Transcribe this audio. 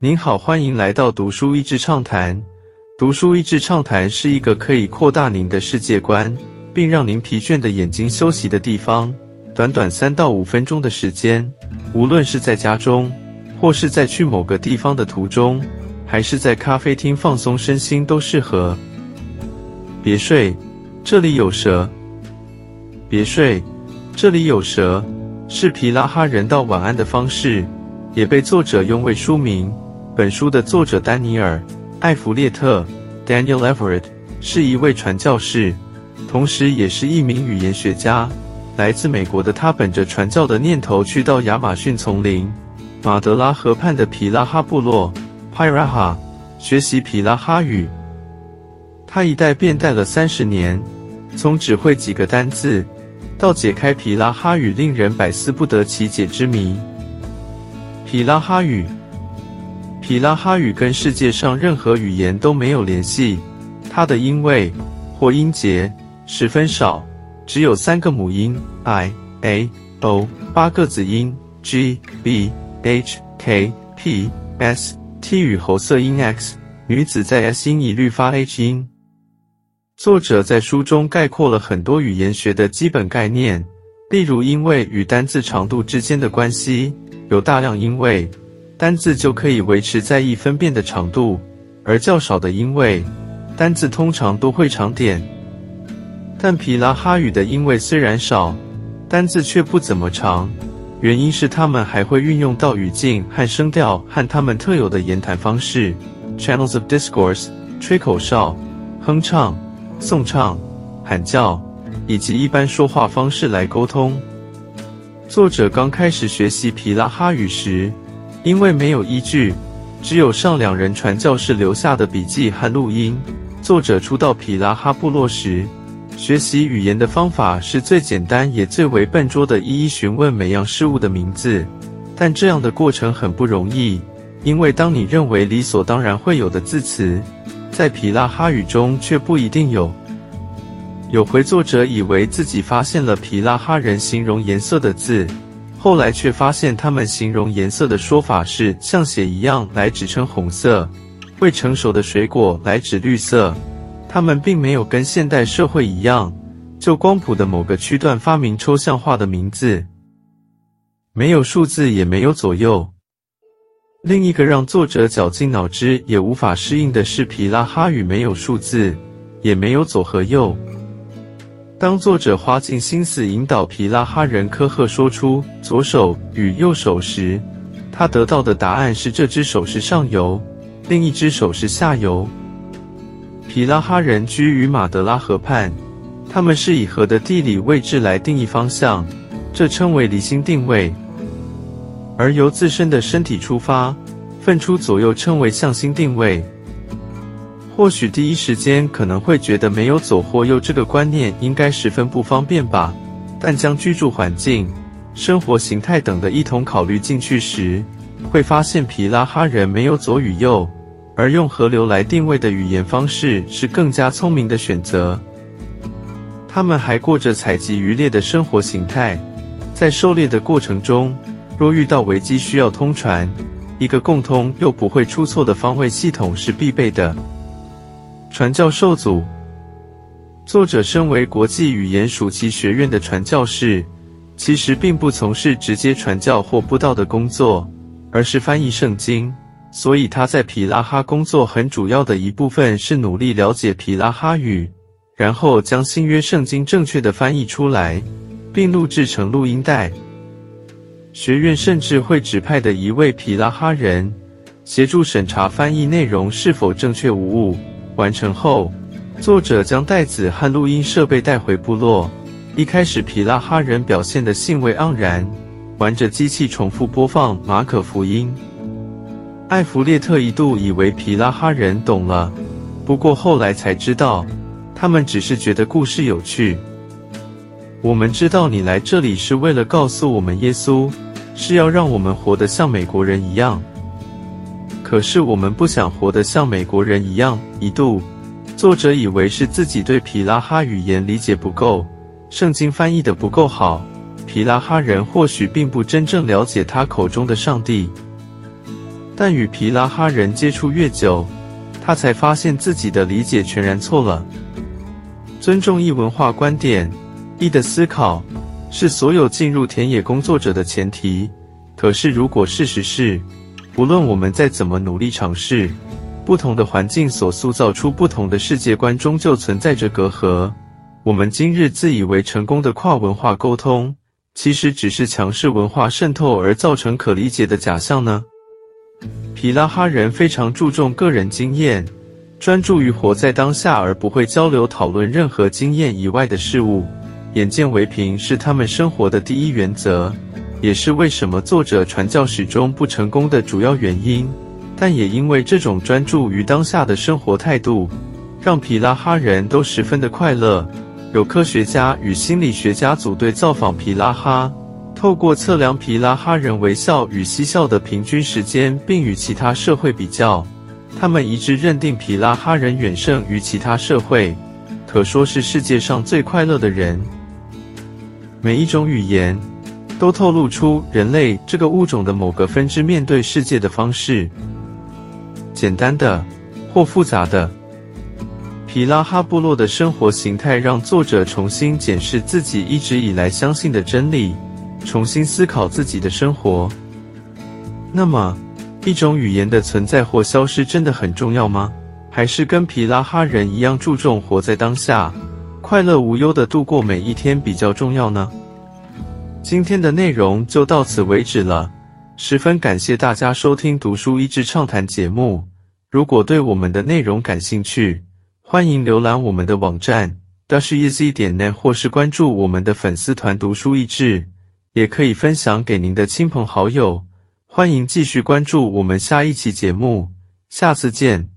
您好，欢迎来到读书益智畅谈。读书益智畅谈是一个可以扩大您的世界观，并让您疲倦的眼睛休息的地方。短短3到5分钟的时间，无论是在家中，或是在去某个地方的途中，还是在咖啡厅放松身心都适合。别睡，这里有蛇。别睡，这里有蛇，是皮拉哈人道晚安的方式，也被作者用为书名。本书的作者丹尼尔·艾弗列特 （Daniel Everett） 是一位传教士，同时也是一名语言学家。来自美国的他本着传教的念头去到亚马逊丛林马德拉河畔的皮拉哈部落 （Piraha） 学习皮拉哈语。他一带便带了30年，从只会几个单字，到解开皮拉哈语令人百思不得其解之谜。皮拉哈语，皮拉哈语跟世界上任何语言都没有联系，它的音位或音节十分少，只有3个母音 I、A、O， 8个子音 G、B、H、K、P、S、T 与喉塞音 X， 女子在 S 音一律发 H 音。作者在书中概括了很多语言学的基本概念，例如音位与单字长度之间的关系，有大量音位，单字就可以维持在1分辨的长度，而较少的音位，单字通常都会长点。但皮拉哈语的音位虽然少，单字却不怎么长，原因是他们还会运用到语境和声调和他们特有的言谈方式 （channels of discourse）、吹口哨、哼唱、颂唱、喊叫，以及一般说话方式来沟通。作者刚开始学习皮拉哈语时，因为没有依据，只有上2人传教士留下的笔记和录音。作者初到皮拉哈部落时，学习语言的方法是最简单也最为笨拙的一一询问每样事物的名字，但这样的过程很不容易，因为当你认为理所当然会有的字词，在皮拉哈语中却不一定有。有回作者以为自己发现了皮拉哈人形容颜色的字，后来却发现他们形容颜色的说法是像血一样来指称红色，未成熟的水果来指绿色。他们并没有跟现代社会一样，就光谱的某个区段发明抽象化的名字，没有数字也没有左右。另一个让作者绞尽脑汁也无法适应的是皮拉哈语没有数字，也没有左和右。当作者花尽心思引导皮拉哈人科赫说出左手与右手时，他得到的答案是这只手是上游，另一只手是下游。皮拉哈人居于马德拉河畔，他们是以河的地理位置来定义方向，这称为离心定位。而由自身的身体出发，分出左右称为向心定位。或许第一时间可能会觉得没有左或右这个观念应该十分不方便吧，但将居住环境、生活形态等的一同考虑进去时，会发现皮拉哈人没有左与右，而用河流来定位的语言方式是更加聪明的选择。他们还过着采集渔猎的生活形态，在狩猎的过程中，若遇到危机需要通传，一个共通又不会出错的方位系统是必备的。传教受阻。作者身为国际语言暑期学院的传教士，其实并不从事直接传教或布道的工作，而是翻译圣经，所以他在皮拉哈工作很主要的一部分是努力了解皮拉哈语，然后将新约圣经正确的翻译出来，并录制成录音带。学院甚至会指派的一位皮拉哈人，协助审查翻译内容是否正确无误。完成后，作者将带子和录音设备带回部落。一开始皮拉哈人表现得兴味盎然，玩着机器重复播放马可福音。艾弗列特一度以为皮拉哈人懂了，不过后来才知道，他们只是觉得故事有趣。我们知道你来这里是为了告诉我们耶稣，是要让我们活得像美国人一样。可是我们不想活得像美国人一样。一度，作者以为是自己对皮拉哈语言理解不够，圣经翻译得不够好，皮拉哈人或许并不真正了解他口中的上帝。 但与皮拉哈人接触越久，他才发现自己的理解全然错了。尊重异文化观点，异的思考，是所有进入田野工作者的前提。可是如果事实是，无论我们再怎么努力尝试，不同的环境所塑造出不同的世界观，终究存在着隔阂。我们今日自以为成功的跨文化沟通，其实只是强势文化渗透而造成可理解的假象呢。皮拉哈人非常注重个人经验，专注于活在当下，而不会交流讨论任何经验以外的事物。眼见为凭是他们生活的第一原则，也是为什么作者传教始终不成功的主要原因。但也因为这种专注于当下的生活态度，让皮拉哈人都十分的快乐。有科学家与心理学家组队造访皮拉哈，透过测量皮拉哈人微笑与嬉笑的平均时间，并与其他社会比较，他们一致认定皮拉哈人远胜于其他社会，可说是世界上最快乐的人。每一种语言都透露出人类这个物种的某个分支面对世界的方式，简单的或复杂的。皮拉哈部落的生活形态让作者重新检视自己一直以来相信的真理，重新思考自己的生活。那么，一种语言的存在或消失真的很重要吗？还是跟皮拉哈人一样注重活在当下，快乐无忧地度过每一天比较重要呢？今天的内容就到此为止了，十分感谢大家收听读书益智畅谈节目。如果对我们的内容感兴趣，欢迎浏览我们的网站 dashiz.net 或是关注我们的粉丝团读书益智，也可以分享给您的亲朋好友。欢迎继续关注我们下一期节目，下次见。